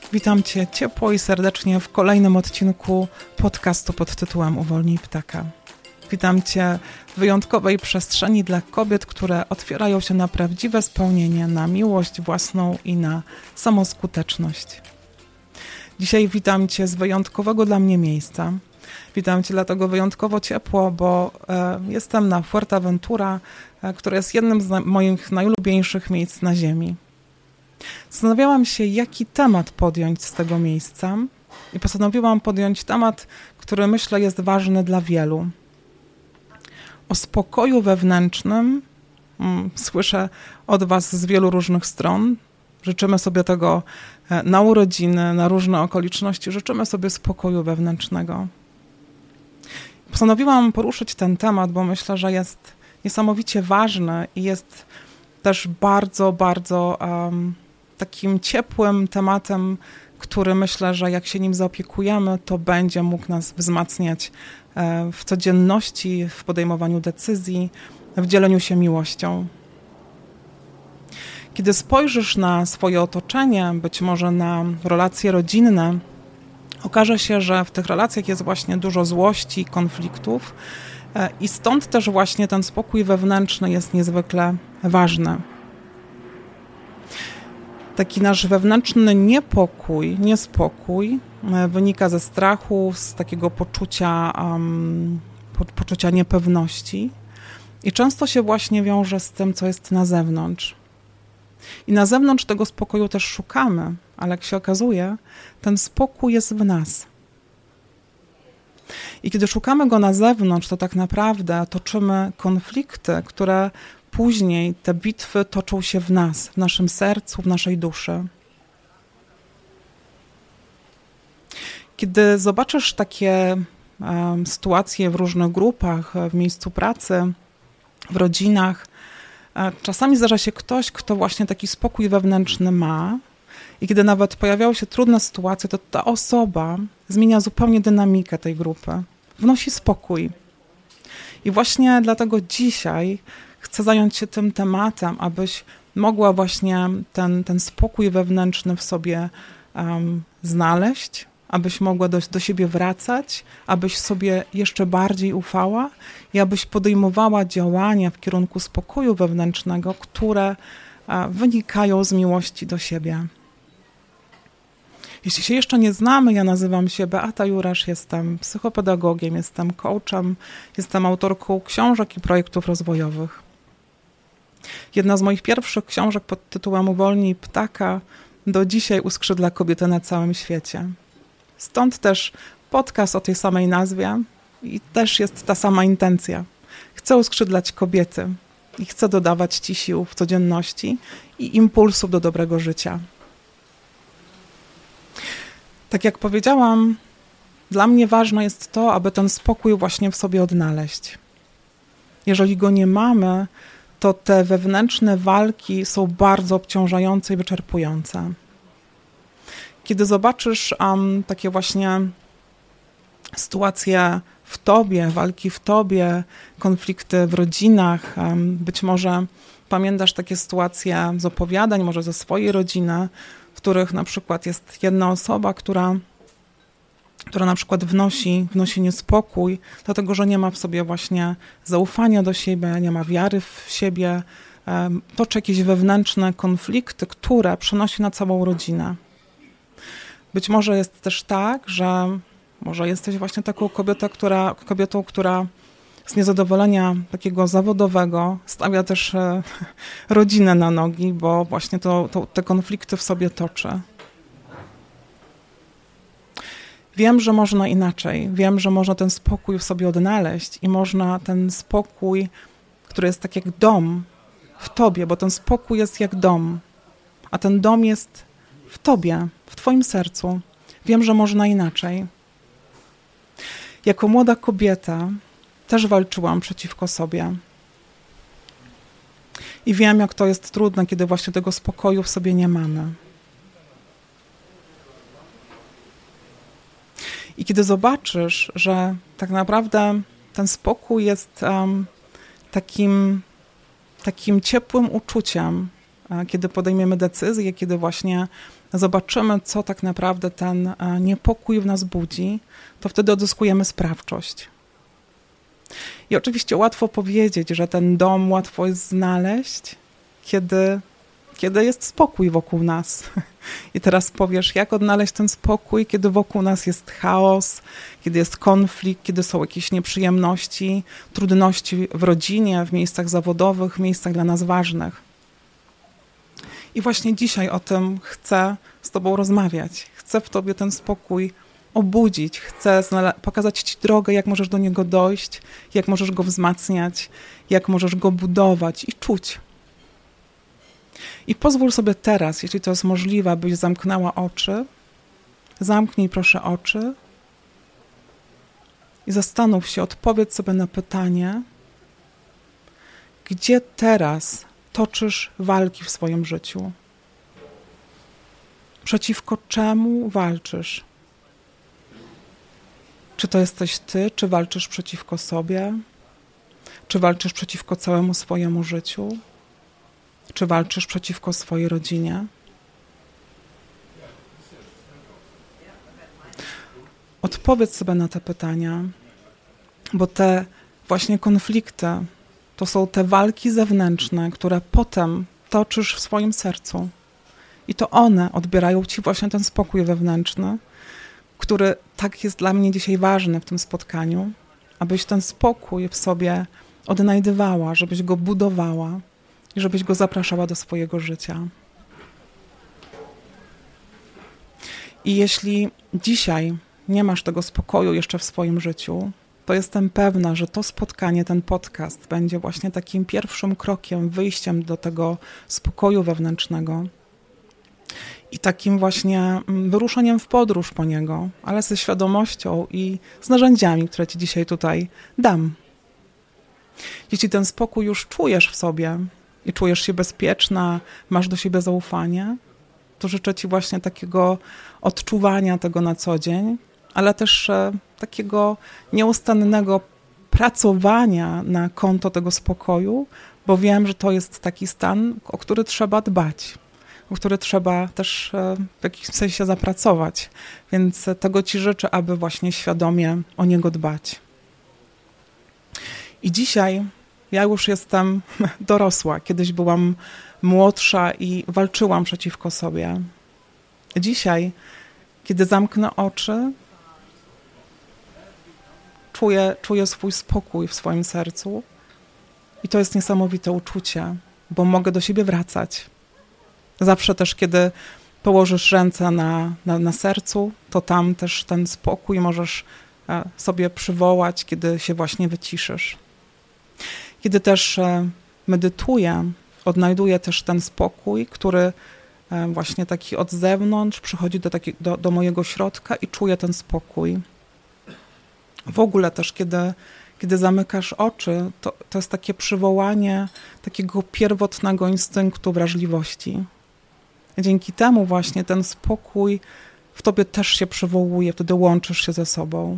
Witam Cię ciepło i serdecznie w kolejnym odcinku podcastu pod tytułem Uwolnij ptaka. Witam Cię w wyjątkowej przestrzeni dla kobiet, które otwierają się na prawdziwe spełnienie, na miłość własną i na samoskuteczność. Dzisiaj witam Cię z wyjątkowego dla mnie miejsca. Witam Cię dlatego wyjątkowo ciepło, bo jestem na Fuerteventura, które jest jednym z moich najulubieńszych miejsc na ziemi. Zastanawiałam się, jaki temat podjąć z tego miejsca i postanowiłam podjąć temat, który myślę jest ważny dla wielu. O spokoju wewnętrznym słyszę od Was z wielu różnych stron. Życzymy sobie tego na urodziny, na różne okoliczności. Życzymy sobie spokoju wewnętrznego. Postanowiłam poruszyć ten temat, bo myślę, że jest niesamowicie ważny i jest też bardzo takim ciepłym tematem, który myślę, że jak się nim zaopiekujemy, to będzie mógł nas wzmacniać w codzienności, w podejmowaniu decyzji, w dzieleniu się miłością. Kiedy spojrzysz na swoje otoczenie, być może na relacje rodzinne, okaże się, że w tych relacjach jest właśnie dużo złości i konfliktów i stąd też właśnie ten spokój wewnętrzny jest niezwykle ważny. Taki nasz wewnętrzny niespokój wynika ze strachu, z takiego poczucia niepewności i często się właśnie wiąże z tym, co jest na zewnątrz. I na zewnątrz tego spokoju też szukamy, ale jak się okazuje, ten spokój jest w nas. I kiedy szukamy go na zewnątrz, to tak naprawdę toczymy konflikty, które później te bitwy toczą się w nas, w naszym sercu, w naszej duszy. Kiedy zobaczysz takie sytuacje w różnych grupach, w miejscu pracy, w rodzinach, czasami zdarza się ktoś, kto właśnie taki spokój wewnętrzny ma i kiedy nawet pojawiają się trudne sytuacje, to ta osoba zmienia zupełnie dynamikę tej grupy, wnosi spokój. I właśnie dlatego dzisiaj chcę zająć się tym tematem, abyś mogła właśnie ten spokój wewnętrzny w sobie znaleźć, abyś mogła do siebie wracać, abyś sobie jeszcze bardziej ufała i abyś podejmowała działania w kierunku spokoju wewnętrznego, które wynikają z miłości do siebie. Jeśli się jeszcze nie znamy, ja nazywam się Beata Jurasz, jestem psychopedagogiem, jestem coachem, jestem autorką książek i projektów rozwojowych. Jedna z moich pierwszych książek pod tytułem Uwolnij ptaka do dzisiaj uskrzydla kobiety na całym świecie. Stąd też podcast o tej samej nazwie i też jest ta sama intencja. Chcę uskrzydlać kobiety i chcę dodawać Ci sił w codzienności i impulsów do dobrego życia. Tak jak powiedziałam, dla mnie ważne jest to, aby ten spokój właśnie w sobie odnaleźć. Jeżeli go nie mamy, to te wewnętrzne walki są bardzo obciążające i wyczerpujące. Kiedy zobaczysz takie właśnie sytuacje w tobie, walki w tobie, konflikty w rodzinach, być może pamiętasz takie sytuacje z opowiadań, może ze swojej rodziny, w których na przykład jest jedna osoba, która na przykład wnosi niespokój, dlatego że nie ma w sobie właśnie zaufania do siebie, nie ma wiary w siebie, toczy jakieś wewnętrzne konflikty, które przenosi na całą rodzinę. Być może jest też tak, że może jesteś właśnie taką kobietą, która z niezadowolenia takiego zawodowego stawia też rodzinę na nogi, bo właśnie te konflikty w sobie toczy. Wiem, że można inaczej. Wiem, że można ten spokój w sobie odnaleźć i można ten spokój, który jest tak jak dom w tobie, bo ten spokój jest jak dom, a ten dom jest w tobie, w twoim sercu. Wiem, że można inaczej. Jako młoda kobieta też walczyłam przeciwko sobie. I wiem, jak to jest trudne, kiedy właśnie tego spokoju w sobie nie mamy. I kiedy zobaczysz, że tak naprawdę ten spokój jest takim ciepłym uczuciem, kiedy podejmiemy decyzję, kiedy właśnie zobaczymy, co tak naprawdę ten niepokój w nas budzi, to wtedy odzyskujemy sprawczość. I oczywiście łatwo powiedzieć, że ten dom łatwo jest znaleźć, kiedy jest spokój wokół nas. I teraz powiesz, jak odnaleźć ten spokój, kiedy wokół nas jest chaos, kiedy jest konflikt, kiedy są jakieś nieprzyjemności, trudności w rodzinie, w miejscach zawodowych, w miejscach dla nas ważnych. I właśnie dzisiaj o tym chcę z Tobą rozmawiać. Chcę w Tobie ten spokój obudzić, chcę pokazać Ci drogę, jak możesz do niego dojść, jak możesz go wzmacniać, jak możesz go budować i czuć. I pozwól sobie teraz, jeśli to jest możliwe, abyś zamknęła oczy. Zamknij proszę oczy i zastanów się, odpowiedz sobie na pytanie, gdzie teraz toczysz walki w swoim życiu? Przeciwko czemu walczysz? Czy to jesteś ty, czy walczysz przeciwko sobie? Czy walczysz przeciwko całemu swojemu życiu? Czy walczysz przeciwko swojej rodzinie? Odpowiedz sobie na te pytania, bo te właśnie konflikty to są te walki zewnętrzne, które potem toczysz w swoim sercu. I to one odbierają ci właśnie ten spokój wewnętrzny, który tak jest dla mnie dzisiaj ważny w tym spotkaniu, abyś ten spokój w sobie odnajdywała, żebyś go budowała i żebyś go zapraszała do swojego życia. I jeśli dzisiaj nie masz tego spokoju jeszcze w swoim życiu, to jestem pewna, że to spotkanie, ten podcast będzie właśnie takim pierwszym krokiem, wyjściem do tego spokoju wewnętrznego i takim właśnie wyruszeniem w podróż po niego, ale ze świadomością i z narzędziami, które Ci dzisiaj tutaj dam. Jeśli ten spokój już czujesz w sobie i czujesz się bezpieczna, masz do siebie zaufanie, to życzę Ci właśnie takiego odczuwania tego na co dzień, ale też takiego nieustannego pracowania na konto tego spokoju, bo wiem, że to jest taki stan, o który trzeba dbać, o który trzeba też w jakimś sensie zapracować. Więc tego Ci życzę, aby właśnie świadomie o niego dbać. I dzisiaj ja już jestem dorosła. Kiedyś byłam młodsza i walczyłam przeciwko sobie. Dzisiaj, kiedy zamknę oczy, czuję swój spokój w swoim sercu i to jest niesamowite uczucie, bo mogę do siebie wracać. Zawsze też, kiedy położysz ręce na sercu, to tam też ten spokój możesz sobie przywołać, kiedy się właśnie wyciszysz. Kiedy też medytuję, odnajduję też ten spokój, który właśnie taki od zewnątrz przychodzi do mojego środka i czuję ten spokój. W ogóle też, kiedy zamykasz oczy, to jest takie przywołanie takiego pierwotnego instynktu wrażliwości. Dzięki temu właśnie ten spokój w tobie też się przywołuje, wtedy łączysz się ze sobą.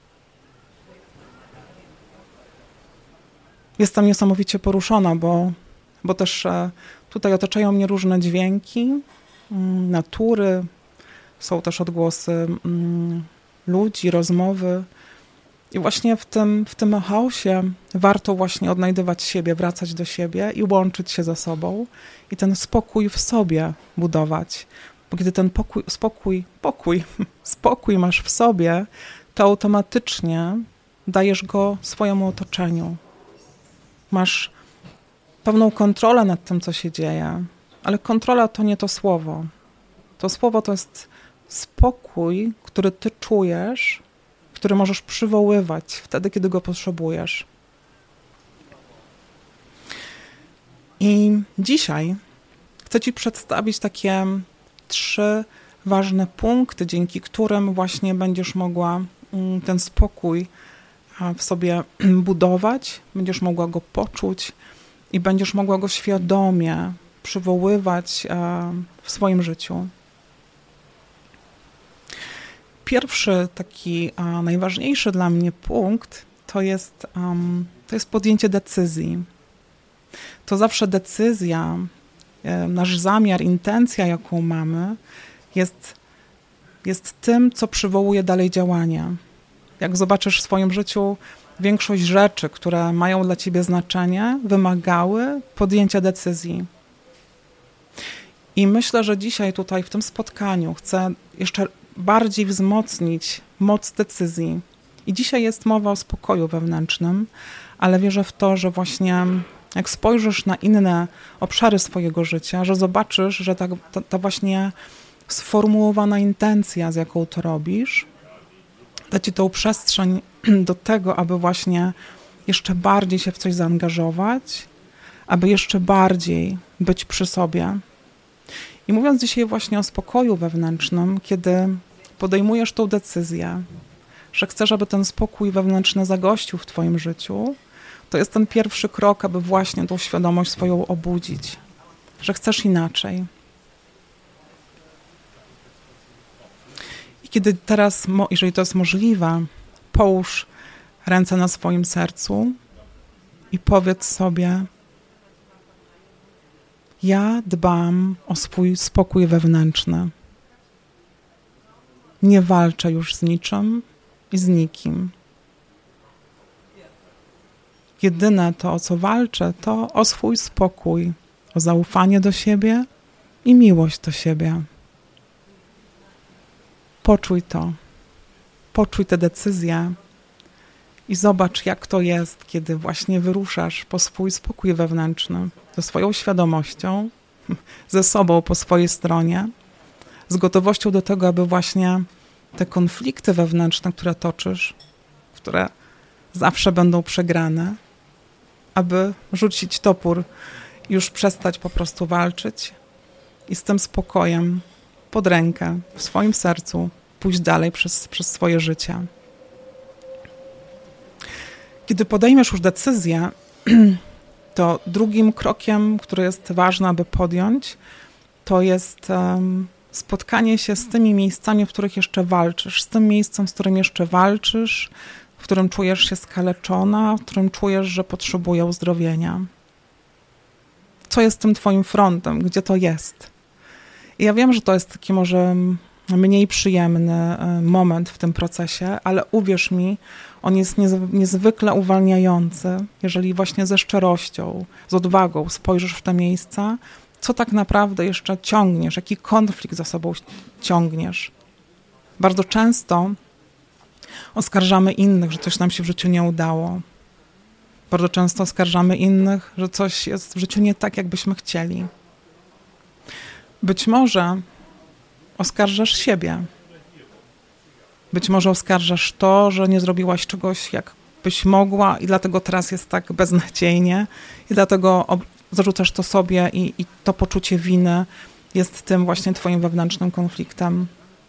Jestem niesamowicie poruszona, bo też tutaj otaczają mnie różne dźwięki natury, są też odgłosy ludzi, rozmowy. I właśnie w tym chaosie warto właśnie odnajdywać siebie, wracać do siebie i łączyć się ze sobą i ten spokój w sobie budować. Bo kiedy ten spokój masz w sobie, to automatycznie dajesz go swojemu otoczeniu. Masz pewną kontrolę nad tym, co się dzieje, ale kontrola to nie to słowo. To słowo to jest spokój, który ty czujesz, który możesz przywoływać wtedy, kiedy go potrzebujesz. I dzisiaj chcę Ci przedstawić takie 3 ważne punkty, dzięki którym właśnie będziesz mogła ten spokój w sobie budować, będziesz mogła go poczuć i będziesz mogła go świadomie przywoływać w swoim życiu. Pierwszy taki najważniejszy dla mnie punkt to jest podjęcie decyzji. To zawsze decyzja nasz zamiar, intencja, jaką mamy, jest tym, co przywołuje dalej działania. Jak zobaczysz w swoim życiu, większość rzeczy, które mają dla ciebie znaczenie, wymagały podjęcia decyzji. I myślę, że dzisiaj tutaj w tym spotkaniu chcę jeszcze bardziej wzmocnić moc decyzji. I dzisiaj jest mowa o spokoju wewnętrznym, ale wierzę w to, że właśnie jak spojrzysz na inne obszary swojego życia, że zobaczysz, że ta właśnie sformułowana intencja, z jaką to robisz, da ci tą przestrzeń do tego, aby właśnie jeszcze bardziej się w coś zaangażować, aby jeszcze bardziej być przy sobie. I mówiąc dzisiaj właśnie o spokoju wewnętrznym, kiedy podejmujesz tą decyzję, że chcesz, aby ten spokój wewnętrzny zagościł w twoim życiu, to jest ten pierwszy krok, aby właśnie tą świadomość swoją obudzić, że chcesz inaczej. I kiedy teraz, jeżeli to jest możliwe, połóż ręce na swoim sercu i powiedz sobie: ja dbam o swój spokój wewnętrzny. Nie walczę już z niczym i z nikim. Jedyne to, o co walczę, to o swój spokój, o zaufanie do siebie i miłość do siebie. Poczuj to. Poczuj te decyzje i zobacz, jak to jest, kiedy właśnie wyruszasz po swój spokój wewnętrzny, ze swoją świadomością, ze sobą po swojej stronie, z gotowością do tego, aby właśnie te konflikty wewnętrzne, które toczysz, które zawsze będą przegrane, aby rzucić topór i już przestać po prostu walczyć i z tym spokojem pod rękę, w swoim sercu pójść dalej przez swoje życie. Kiedy podejmiesz już decyzję, to drugim krokiem, który jest ważny, aby podjąć, to jest spotkanie się z tymi miejscami, w których jeszcze walczysz, z tym miejscem, z którym jeszcze walczysz, w którym czujesz się skaleczona, w którym czujesz, że potrzebuje uzdrowienia. Co jest tym twoim frontem? Gdzie to jest? I ja wiem, że to jest taki może mniej przyjemny moment w tym procesie, ale uwierz mi, on jest niezwykle uwalniający, jeżeli właśnie ze szczerością, z odwagą spojrzysz w te miejsca, co tak naprawdę jeszcze ciągniesz, jaki konflikt za sobą ciągniesz. Bardzo często oskarżamy innych, że coś nam się w życiu nie udało. Bardzo często oskarżamy innych, że coś jest w życiu nie tak, jakbyśmy chcieli. Być może oskarżasz siebie. Być może oskarżasz to, że nie zrobiłaś czegoś, jak byś mogła i dlatego teraz jest tak beznadziejnie i dlatego zarzucasz to sobie i to poczucie winy jest tym właśnie twoim wewnętrznym konfliktem.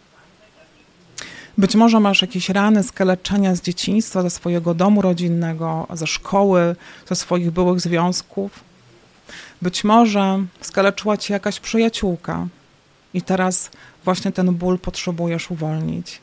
Być może masz jakieś rany, skaleczenia z dzieciństwa, ze swojego domu rodzinnego, ze szkoły, ze swoich byłych związków. Być może skaleczyła cię jakaś przyjaciółka i teraz właśnie ten ból potrzebujesz uwolnić.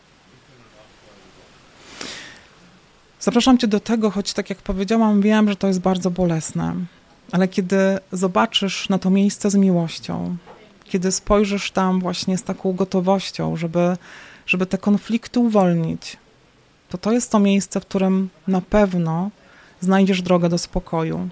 Zapraszam cię do tego, choć tak jak powiedziałam, wiem, że to jest bardzo bolesne, ale kiedy zobaczysz na to miejsce z miłością, kiedy spojrzysz tam właśnie z taką gotowością, żeby te konflikty uwolnić, to jest to miejsce, w którym na pewno znajdziesz drogę do spokoju.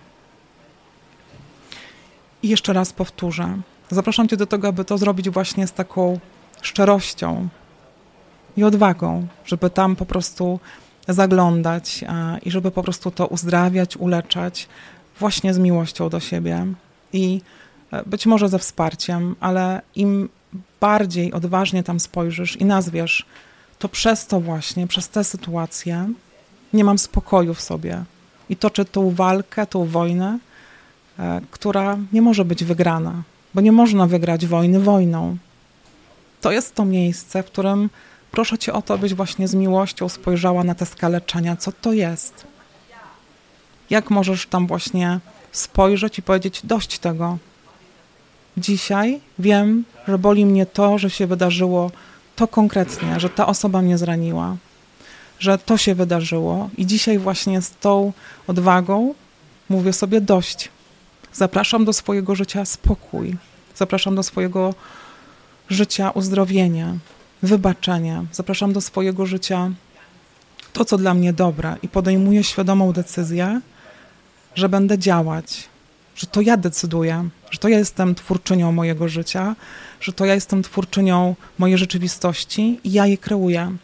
I jeszcze raz powtórzę. Zapraszam cię do tego, aby to zrobić właśnie z taką szczerością i odwagą, żeby tam po prostu zaglądać i żeby po prostu to uzdrawiać, uleczać właśnie z miłością do siebie i być może ze wsparciem, ale im bardziej odważnie tam spojrzysz i nazwiesz, to przez to właśnie, przez tę sytuację nie mam spokoju w sobie i toczę tą walkę, tą wojnę, która nie może być wygrana, bo nie można wygrać wojny wojną. To jest to miejsce, w którym proszę cię o to, abyś właśnie z miłością spojrzała na te skaleczenia, co to jest. Jak możesz tam właśnie spojrzeć i powiedzieć, dość tego. Dzisiaj wiem, że boli mnie to, że się wydarzyło to konkretnie, że ta osoba mnie zraniła, że to się wydarzyło i dzisiaj właśnie z tą odwagą mówię sobie dość. Zapraszam do swojego życia spokój. Zapraszam do swojego życia uzdrowienie, wybaczenie. Zapraszam do swojego życia to, co dla mnie dobre i podejmuję świadomą decyzję, że będę działać, że to ja decyduję, że to ja jestem twórczynią mojego życia, że to ja jestem twórczynią mojej rzeczywistości i ja je kreuję.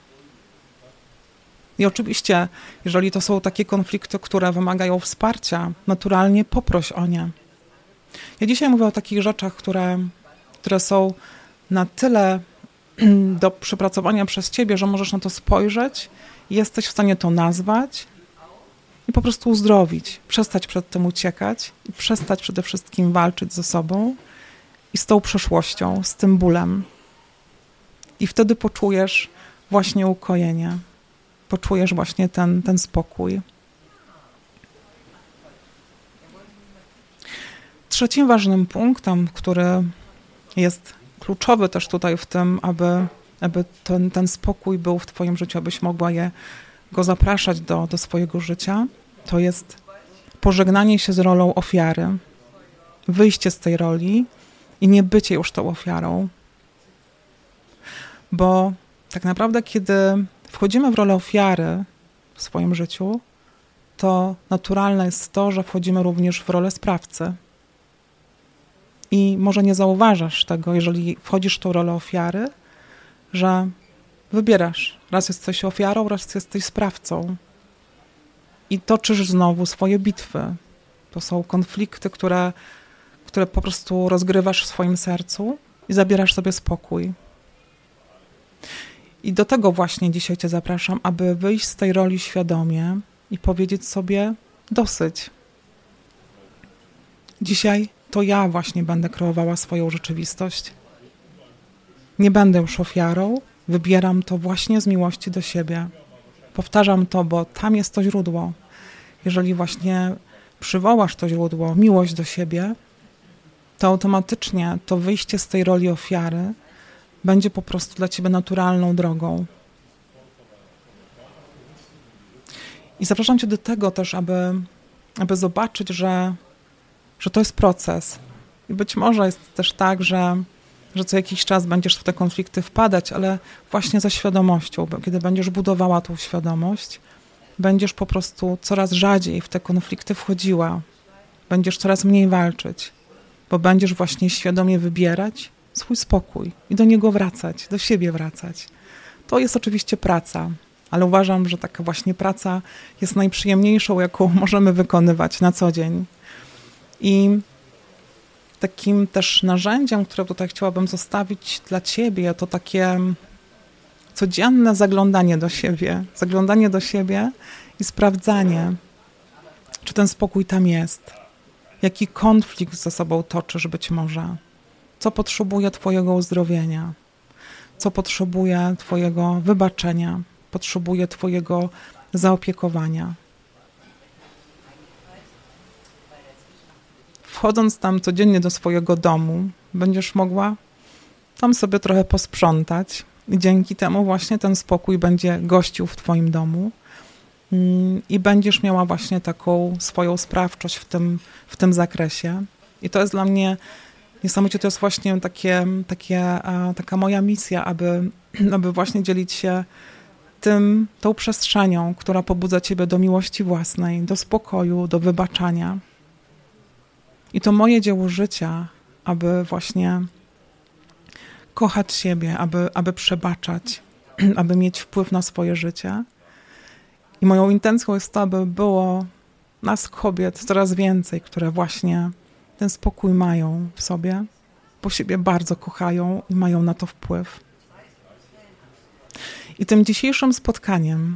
I oczywiście, jeżeli to są takie konflikty, które wymagają wsparcia, naturalnie poproś o nie. Ja dzisiaj mówię o takich rzeczach, które są na tyle do przepracowania przez ciebie, że możesz na to spojrzeć, jesteś w stanie to nazwać i po prostu uzdrowić, przestać przed tym uciekać i przestać przede wszystkim walczyć ze sobą i z tą przeszłością, z tym bólem. I wtedy poczujesz właśnie ukojenie, poczujesz właśnie ten spokój. Trzecim ważnym punktem, który jest kluczowy też tutaj w tym, aby ten spokój był w twoim życiu, abyś mogła go zapraszać do swojego życia, to jest pożegnanie się z rolą ofiary, wyjście z tej roli i nie bycie już tą ofiarą. Bo tak naprawdę, kiedy wchodzimy w rolę ofiary w swoim życiu, to naturalne jest to, że wchodzimy również w rolę sprawcy. I może nie zauważasz tego, jeżeli wchodzisz w tą rolę ofiary, że wybierasz. Raz jesteś ofiarą, raz jesteś sprawcą. I toczysz znowu swoje bitwy. To są konflikty, które po prostu rozgrywasz w swoim sercu i zabierasz sobie spokój. I do tego właśnie dzisiaj cię zapraszam, aby wyjść z tej roli świadomie i powiedzieć sobie dosyć. Dzisiaj to ja właśnie będę kreowała swoją rzeczywistość. Nie będę już ofiarą, wybieram to właśnie z miłości do siebie. Powtarzam to, bo tam jest to źródło. Jeżeli właśnie przywołasz to źródło, miłość do siebie, to automatycznie to wyjście z tej roli ofiary będzie po prostu dla ciebie naturalną drogą. I zapraszam cię do tego też, aby zobaczyć, że to jest proces. I być może jest też tak, że co jakiś czas będziesz w te konflikty wpadać, ale właśnie ze świadomością, bo kiedy będziesz budowała tą świadomość, będziesz po prostu coraz rzadziej w te konflikty wchodziła. Będziesz coraz mniej walczyć, bo będziesz właśnie świadomie wybierać swój spokój i do niego wracać, do siebie wracać. To jest oczywiście praca, ale uważam, że taka właśnie praca jest najprzyjemniejszą, jaką możemy wykonywać na co dzień. I takim też narzędziem, które tutaj chciałabym zostawić dla ciebie, to takie codzienne zaglądanie do siebie i sprawdzanie, czy ten spokój tam jest, jaki konflikt ze sobą toczysz być może, co potrzebuje twojego uzdrowienia, co potrzebuje twojego wybaczenia, potrzebuje twojego zaopiekowania. Wchodząc tam codziennie do swojego domu, będziesz mogła tam sobie trochę posprzątać i dzięki temu właśnie ten spokój będzie gościł w twoim domu i będziesz miała właśnie taką swoją sprawczość w tym zakresie. I to jest dla mnie niesamowicie, to jest właśnie taka moja misja, aby właśnie dzielić się tą przestrzenią, która pobudza ciebie do miłości własnej, do spokoju, do wybaczania. I to moje dzieło życia, aby właśnie kochać siebie, aby przebaczać, aby mieć wpływ na swoje życie. I moją intencją jest to, aby było nas kobiet coraz więcej, które właśnie ten spokój mają w sobie, bo siebie bardzo kochają i mają na to wpływ. I tym dzisiejszym spotkaniem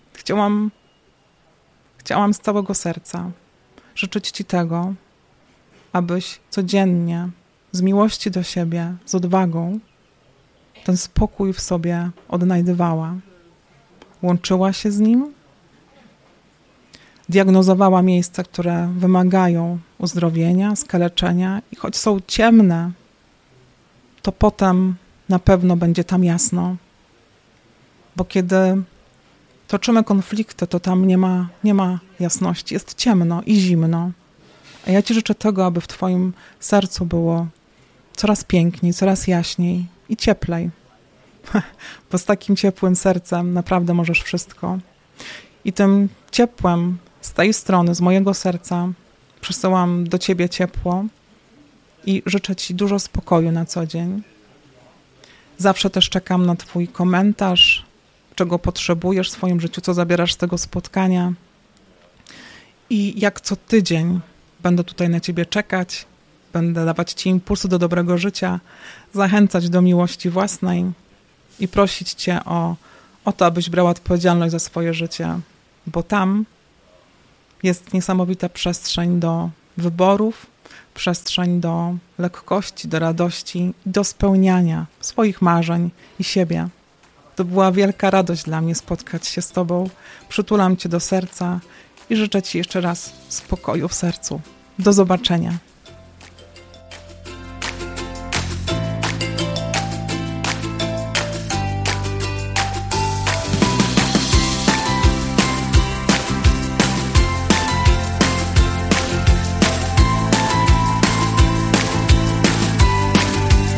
chciałam z całego serca życzyć ci tego, abyś codziennie z miłości do siebie, z odwagą ten spokój w sobie odnajdywała. Łączyła się z nim, diagnozowała miejsca, które wymagają uzdrowienia, skaleczenia i choć są ciemne, to potem na pewno będzie tam jasno. Bo kiedy toczymy konflikty, to tam nie ma jasności, jest ciemno i zimno. A ja ci życzę tego, aby w twoim sercu było coraz piękniej, coraz jaśniej i cieplej. Bo z takim ciepłym sercem naprawdę możesz wszystko. I tym ciepłem z tej strony, z mojego serca przesyłam do Ciebie ciepło i życzę Ci dużo spokoju na co dzień. Zawsze też czekam na Twój komentarz, czego potrzebujesz w swoim życiu, co zabierasz z tego spotkania. I jak co tydzień będę tutaj na Ciebie czekać, będę dawać Ci impulsy do dobrego życia, zachęcać do miłości własnej i prosić Cię o to, abyś brała odpowiedzialność za swoje życie, bo tam jest niesamowita przestrzeń do wyborów, przestrzeń do lekkości, do radości, do spełniania swoich marzeń i siebie. To była wielka radość dla mnie spotkać się z Tobą. Przytulam Cię do serca i życzę Ci jeszcze raz spokoju w sercu. Do zobaczenia.